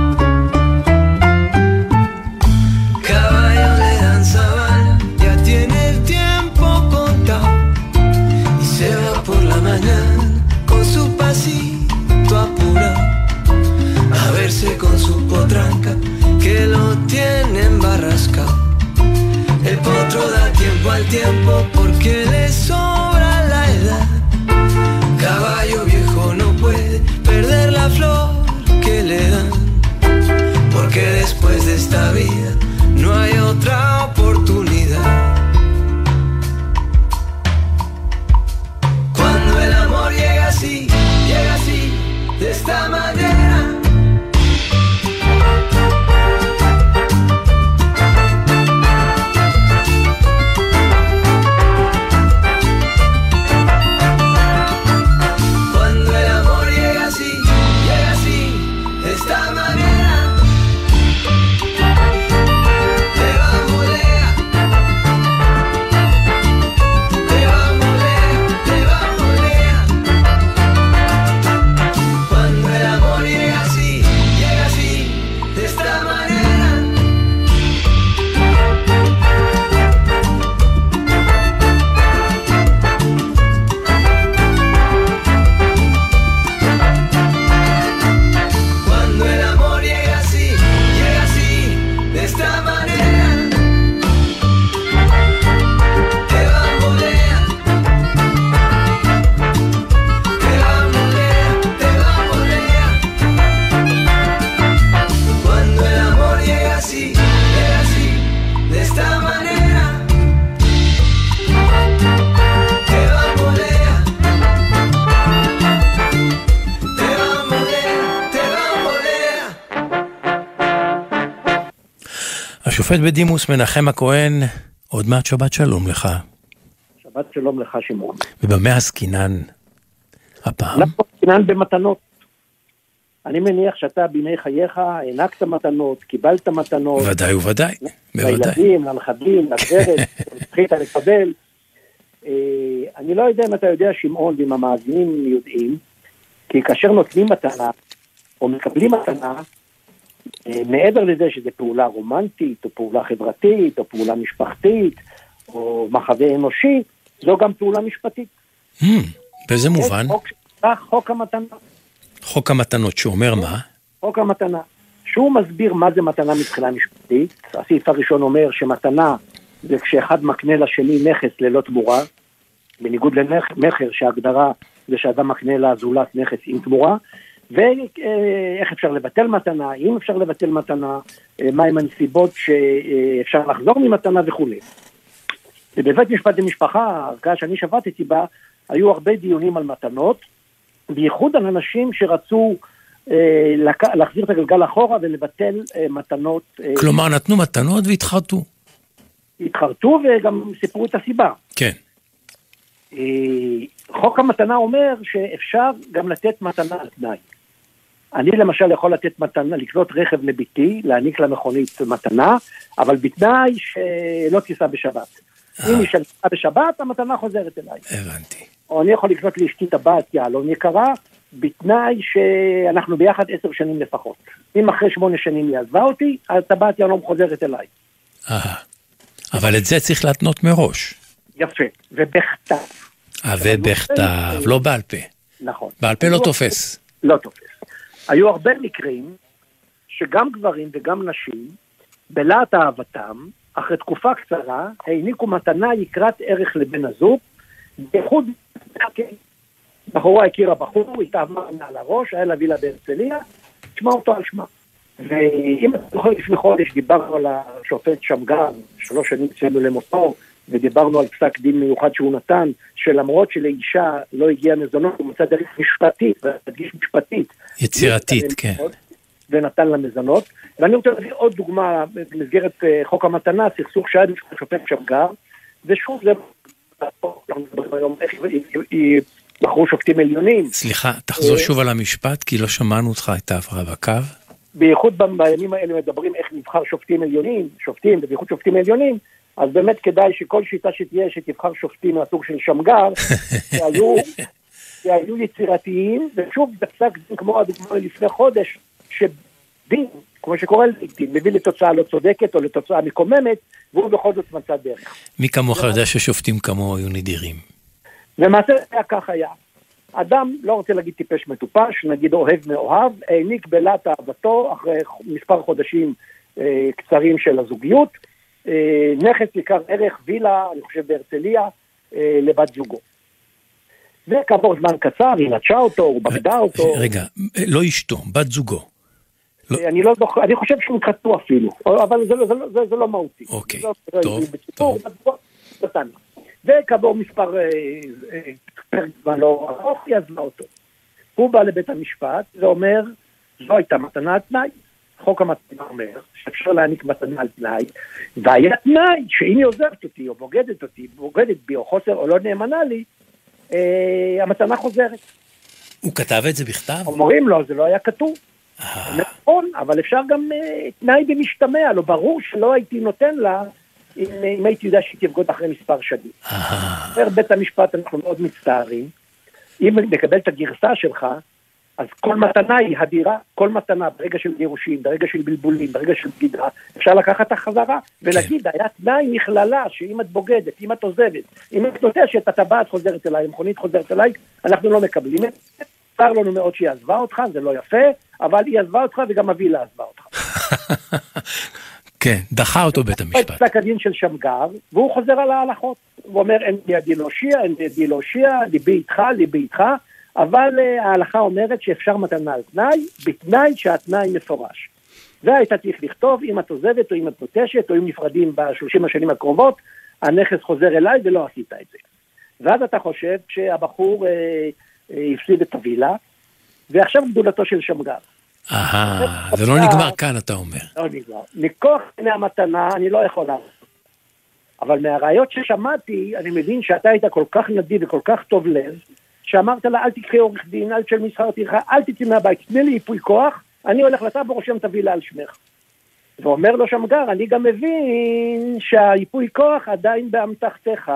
caballo le dan sabana, ya tiene el tiempo contado y se va por la mañana con su pasito apurado a verse con su potranca que lo tiene embarrascado. El potro da tiempo al tiempo porque le sobra la edad. Caballo viejo no puede perder la flor que le dan, porque después de esta vida no hay otra oportunidad. Cuando el amor llega así, de esta manera, השופט בדימוס מנחם הכהן, עוד מעט שבת שלום לך. שבת שלום לך שמעון. ובמה עסקינן הפעם? אנחנו עסקינן במתנות. אני מניח שאתה בימי חייך הענקת מתנות, קיבלת מתנות. ודאי וודאי, בוודאי. לילדים, לנכדים, לגברת, זכית לקבל. אני לא יודע אם אתה יודע שמעון ואם המאזינים יודעים, כי כאשר נותנים מתנה או מקבלים מתנה, מעבר לזה שזה פעולה רומנטית, או פעולה חברתית, או פעולה משפחתית, או מחווה אנושי, זו גם פעולה משפטית. באיזה מובן? חוק המתנה. חוק המתנות, שאומר מה? חוק המתנה. שהוא מסביר מה זה מתנה מבחינה משפטית. הסעיף הראשון אומר שמתנה זה כשאחד מקנה לשני נכס ללא תמורה, בניגוד למחר שההגדרה זה שאדם מקנה לזולת נכס עם תמורה, ואיך אפשר לבטל מתנה, אם אפשר לבטל מתנה, מהם הנסיבות שאפשר לחזור ממתנה וכו'. ובבית משפט למשפחה, הערכאה שאני שבתתי בה, היו הרבה דיונים על מתנות, בייחוד על אנשים שרצו להחזיר את הגלגל אחורה ולבטל מתנות. כלומר, נתנו מתנות והתחרטו. התחרטו וגם סיפרו את הסיבה. כן. חוק המתנה אומר שאפשר גם לתת מתנה על תנאי. אני למשל יכול לתת מתנה, לקנות רכב לביתי, להעניק למכונית מתנה, אבל בתנאי שלא תיסע בשבת. אם היא שלחה בשבת, המתנה חוזרת אליי. הבנתי. או אני יכול לקנות לאשתי טבעת יהלום יקרה, בתנאי שאנחנו ביחד 10 שנים לפחות. אם אחרי 8 שנים היא עזבה אותי, הטבעת יהלום חוזרת אליי. אבל את זה צריך להתנות מראש. יפה, ובכתב. ובכתב, לא בעל פה. נכון. בעל פה לא תופס. לא תופס. היו הרבה מקרים שגם גברים וגם נשים, בלהט אהבתם, אחרי תקופה קצרה, העניקו מתנה יקרת ערך לבן הזוג, בייחוד בחורה הכירה בחור, התאהבה על הראש, היה להביא לה בהרצליה, תשמע אותו על שמה. ואם אתה זוכר לפני חודש, דיברנו על השופט שמגר, 3 שנים ציינו למותו, ודיברנו על פסק דין מיוחד שהוא נתן, שלמרות שלאישה לא הגיע מזונות, הוא מצא דרך משפטית, והדגיש משפטית. יצירתית, כן. ונתן לה מזונות. ואני רוצה להביא עוד דוגמה במסגרת חוק המתנה, סכסוך שהיה בפני השופט שמגר, ושוב זה... בחרו שופטים עליונים. סליחה, תחזור שוב על המשפט, כי לא שמענו אותך, הייתה הפרעה בקו. בייחוד בימים האלה מדברים איך נבחר שופטים עליונים, שופטים, ובייחוד שופטים עליונים, אז באמת כדאי שכל שיטה שתהיה, שתבחר שופטים מהסוג של שמגר, שהיו יצירתיים, ושוב, בפסק דין כמו הדוגמה לפני חודש, שדין, כמו שקורה לדין, מביא לתוצאה לא צודקת או לתוצאה מקוממת, והוא בכל זאת מצא דרך. מי כמוך יודע ששופטים כמו היו נדירים? למעשה היה כך היה. אדם, לא רוצה להגיד טיפש מטופש, נגיד אוהב מאוהב, העניק בלט אהבתו אחרי מספר חודשים קצרים של הזוגיות, נכס יקר ערך וילה, אני חושב בהרצליה, לבת זוגו. וכעבור זמן קצר, היא נטשה אותו, הוא בגדה אותו. רגע, לא אשתו, בת זוגו. אני חושב שהוא קטוע אפילו, אבל זה לא מהותי. אוקיי, טוב. וכעבור מספר פרק זמן לא ארוך, היא עזבה אותו. הוא בא לבית המשפט ואומר, זו הייתה מתנה על תנאי. חוק המתנה אומר שאפשר להעניק מתנה על תנאי, והיה תנאי שאם היא עוזרת אותי או בוגדת בי או חוסר או לא נאמנה לי, המתנה חוזרת. הוא כתב את זה בכתב? אומרים לו, זה לא היה כתוב. נכון, אבל אפשר גם תנאי במשתמע, לא ברור שלא הייתי נותן לה, אם הייתי יודע שהיא תבגוד אחרי מספר שנים. אומר בית המשפט, אנחנו מאוד מצטערים, אם נקבל את הגרסה שלך, אז כל מתנה היא הדירה, כל מתנה ברגע של גירושים, ברגע של בלבולים, ברגע של בגידה, אפשר לקחת את החזרה ולהגיד, היה תנאי מכללה שאם את בוגדת, אם את עוזבת, אם את נוטשת, הטבעת חוזרת אליי, המכונית חוזרת אליי, אנחנו לא מקבלים את זה. צר לנו מאוד שהיא עזבה אותך, זה לא יפה, אבל היא עזבה אותך וגם הווילה עזבה אותך. כן, דחה אותו בית המשפט. הוא פסק הדין של שמגר, והוא חוזר על ההלכות. הוא אומר, אין בידי להושיע, אין בידי להושיע, ליבי איתך, ליבי איתך, אבל ההלכה אומרת שאפשר מתנה על תנאי, בתנאי שהתנאי מפורש. והייתה צריך לכתוב, אם את עוזבת או אם את נוטשת, או אם נפרדים ב30 השנים הקרובות, הנכס חוזר אליי ולא עשית את זה. ואז אתה חושב שהבחור הפסיד את הווילה, ועכשיו גדולתו של שמגר. זה לא נגמר כאן, אתה אומר. לא נגמר. מכוח דיני המתנה אני לא יכול לעשות. אבל מהראיות ששמעתי, אני מבין שאתה היית כל כך נדיב וכל כך טוב לב, שאמרת לה, אל תקחי עורך דין, אל תשלמי שכר טרחה, אל תצאי מהבית, תני לי ייפוי כוח, אני הולך לטאבו ורושם את הווילה על שמך. ואומר לו שמגר, אני גם מבין שהייפוי כוח עדיין באמתחתך.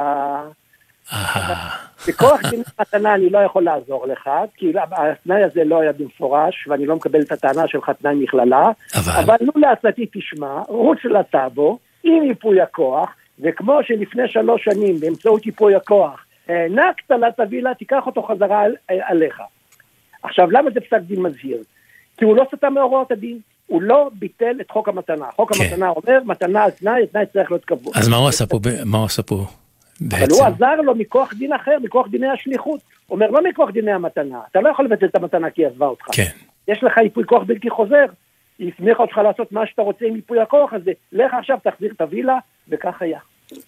בכוח דין מתנה אני לא יכול לעזור לך, כי התנאי הזה לא היה במפורש, ואני לא מקבל את הטענה שלך תנאי מכללה, אבל נו לעשתי תשמע, רוץ לטאבו, עם ייפוי הכוח, וכמו שלפני 3 שנים, באמצעות ייפוי הכוח, הענקת לה את הווילה, תיקח אותו חזרה עליך. עכשיו, למה זה פסק דין מזהיר? כי הוא לא סטה מהוראות הדין, הוא לא ביטל את חוק המתנה. חוק המתנה אומר, מתנה על תנאי, התנאי צריך להיות קבוע. אז מה הוא עשה פה? אבל הוא עזר לו מכוח דין אחר, מכוח דיני השליחות. הוא אומר, לא מכוח דיני המתנה. אתה לא יכול לבטל את המתנה כי היא עזבה אותך. כן. יש לך ייפוי כוח בלתי חוזר. היא הסמיכה אותך לעשות מה שאתה רוצה עם ייפוי הכוח הזה. לך עכשיו תחזיר את הווילה, וכך היה.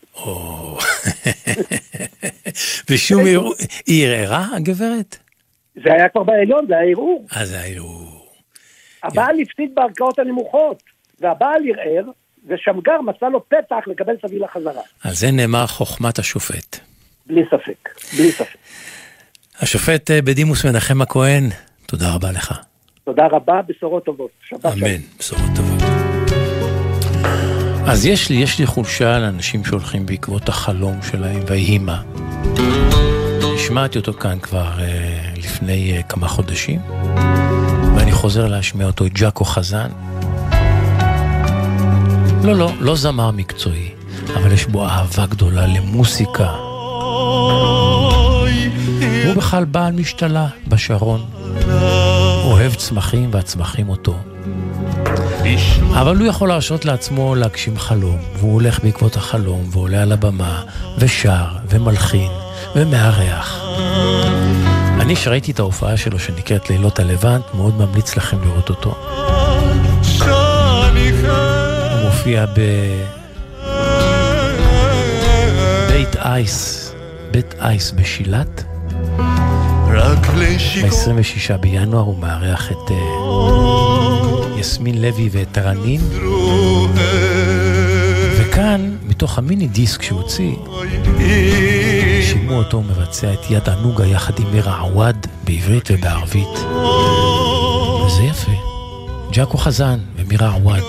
ושום היא ערערה, הגברת? זה היה כבר בעליון, זה היה ערעור. זה היה ערעור. הבעל הפסיד בערכאות הנמוכות, והבעל ערער, ושמגר מצא לו פתח לקבל את הווילה חזרה. על זה נאמר חוכמת השופט. בלי ספק, בלי ספק. השופט בדימוס מנחם הכהן, תודה רבה לך. תודה רבה, בשורות טובות. אמן, בשורות טובות. אז יש לי חולשה לאנשים שהולכים בעקבות החלום שלהם, ויהי מה. השמעתי אותו כאן כבר לפני כמה חודשים, ואני חוזר להשמיע אותו, ג'קו חזן. לא זמר מקצועי, אבל יש בו אהבה גדולה למוסיקה. הוא בכלל בעל משתלה בשרון, אוהב צמחים והצמחים אותו. אבל הוא יכול להרשות לעצמו להגשים חלום, והוא הולך בעקבות החלום, ועולה על הבמה, ושר, ומלחין, ומארח. אני שראיתי את ההופעה שלו שנקראת לילות הלבנט, מאוד ממליץ לכם לראות אותו. הוא מופיע בית אייס בשילת. ב-26 בינואר הוא מארח את יסמין לוי ותרנין. וכאן, מתוך המיני דיסק שהוציא, שימו אותו מבצע את יד ענוגה יחד עם מירה עווד בעברית ובערבית. וזה יפה. ג'אקו חזן ומירה עווד.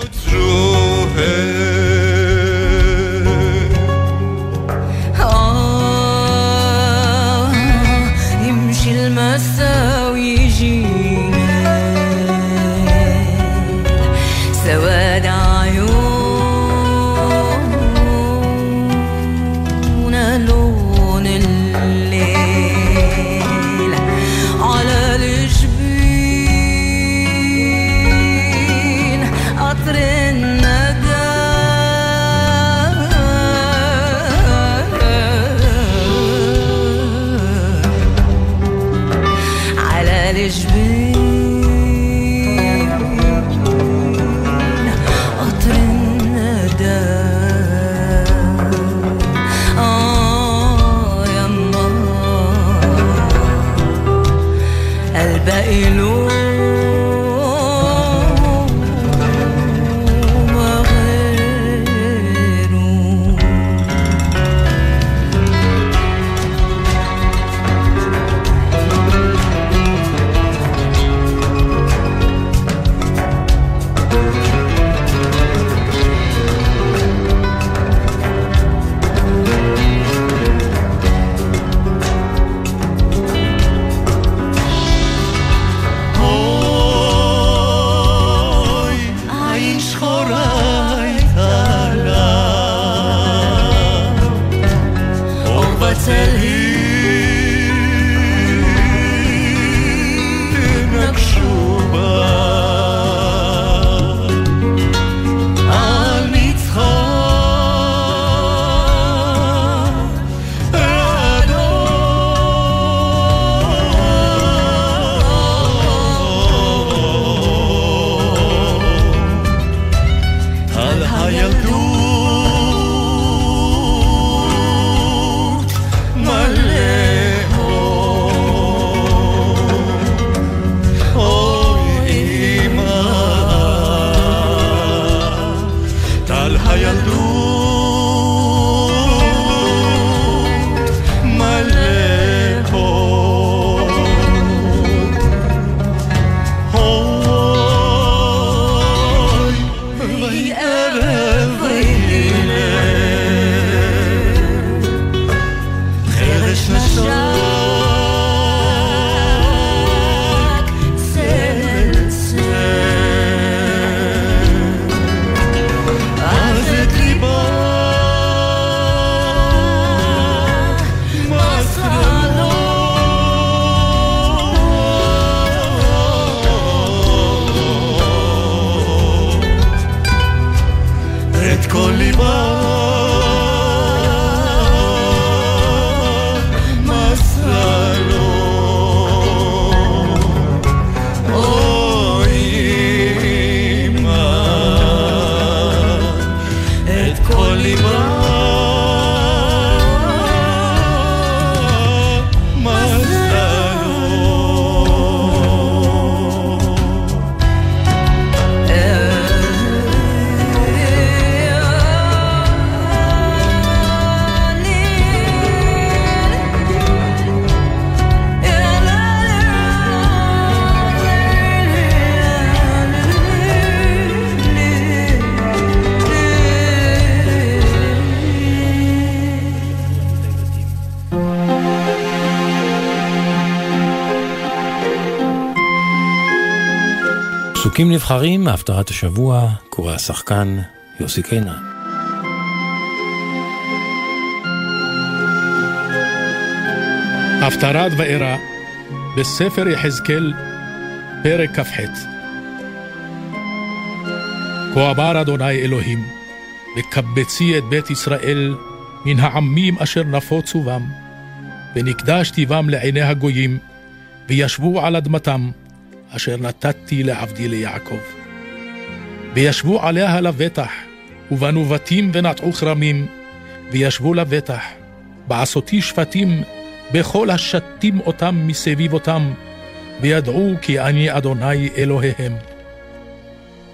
يمشي المسا ويجينا سواد عيون لون الليل على الجبين قطر الندى على الجبين قطر الندى يما الباقي له ما غيره עין שחורה הייתה לה, אור בצל נגשו בה על מצחק על הילדות מלא אור. אוי אמא, טל הילדות מלא אור. אוי וערב חרש נשק צלצל אז את ליבה מסרה לו את כל ליבה מסרה לו. אוי אמא, את כל ליבה מסרה לו. פסוקים נבחרים מהפטרת השבוע, קורא השחקן יוסי קינן. הפטרת וארא בספר יחזקאל פרק כ"ח. כה אמר אדוני אלוהים, וקבצי את בית ישראל מן העמים אשר נפוצו בם, ונקדשתי בם לעיני הגויים, וישבו על אדמתם אשר נתתי לעבדי ליעקב. וישבו עליה לבטח, ובנו בתים ונטעו כרמים, וישבו לבטח, בעשותי שפטים בכל השתים אותם מסביב אותם, וידעו כי אני אדוני אלוהיהם.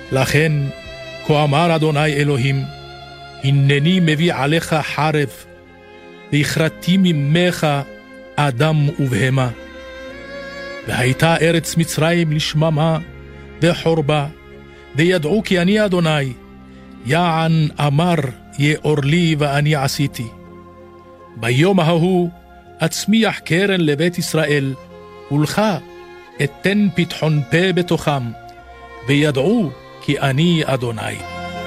לכן, כה אמר אדוני אלוהים, הנני מביא עליך חרב, והכרתי ממך אדם ובהמה. והייתה ארץ מצרים לשממה וחורבה, וידעו כי אני אדוני, יען אמר יאור לי ואני עשיתי. ביום ההוא אצמיח קרן לבית ישראל, ולך אתן פתחון פה בתוכם, וידעו כי אני אדוני.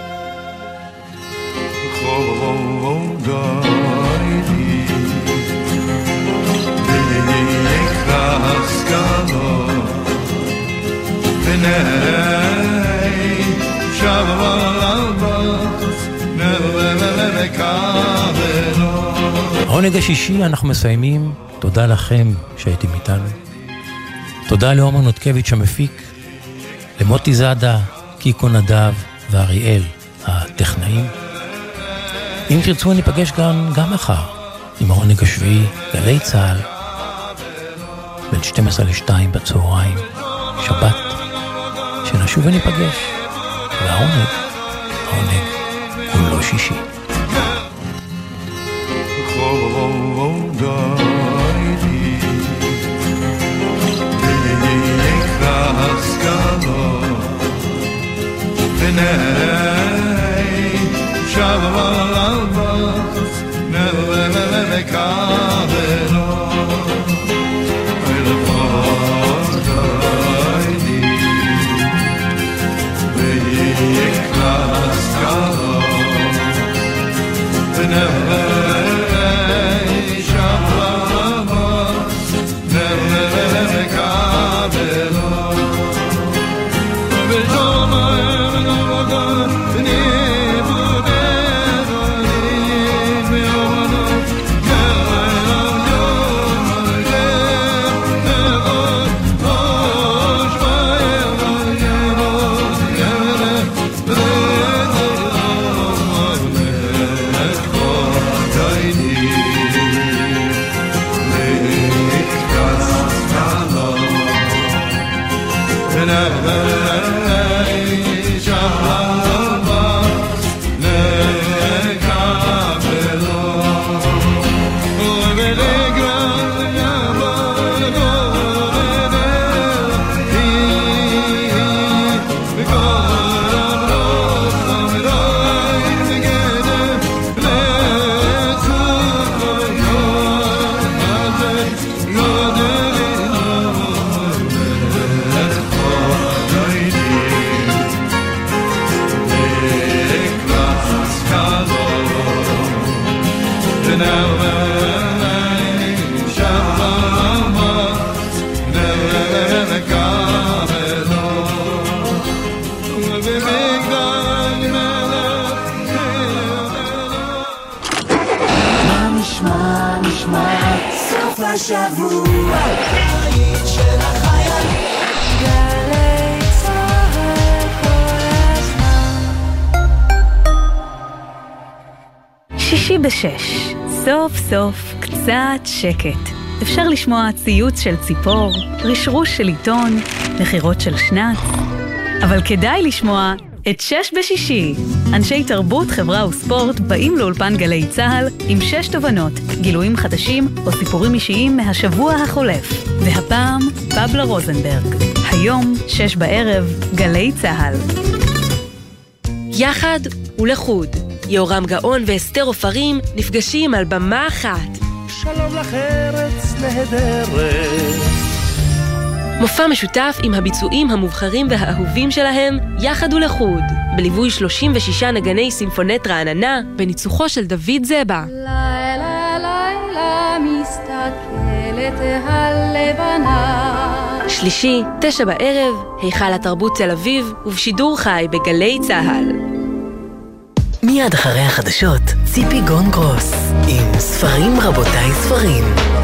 העונג השישי אנחנו מסיימים. תודה לכם שהייתם איתנו. תודה לעומר נותקביץ' המפיק, למוטי זאדה, קיקו נדב ואריאל הטכנאים. אם תרצו ניפגש גם מחר עם העונג השביעי, גלי צהל, בין 12 ל-2 בצהריים, שבת, שנשוב וניפגש. והעונג כולו שישי. השבוע היית של החייל גלי צהל כל הזמן. שישי בשש, סוף סוף קצת שקט. אפשר לשמוע ציוץ של ציפור, רשרוש של עיתון, מחירות של שנץ. אבל כדאי לשמוע את שש בשישי. אנשי תרבות, חברה וספורט באים לאולפן גלי צהל עם 6 תובנות, גילויים חדשים או סיפורים אישיים מהשבוע החולף. והפעם פבלה רוזנברג. היום 6 בערב, גלי צהל. יחד ולחוד. יורם גאון ואסתר עופרים נפגשים על במה אחת. שלום לך ארץ נהדרת. מופע משותף עם הביצועים המובחרים והאהובים שלהם, יחד ולחוד, בליווי 36 נגני סימפונט רעננה, בניצוחו של דוד זבה. לילה לילה מסתכלת הלבנה. שלישי, 9 בערב, היכל התרבות תל אביב, ובשידור חי בגלי צהל. מיד אחרי החדשות, ציפי גון גרוס, עם ספרים רבותיי ספרים.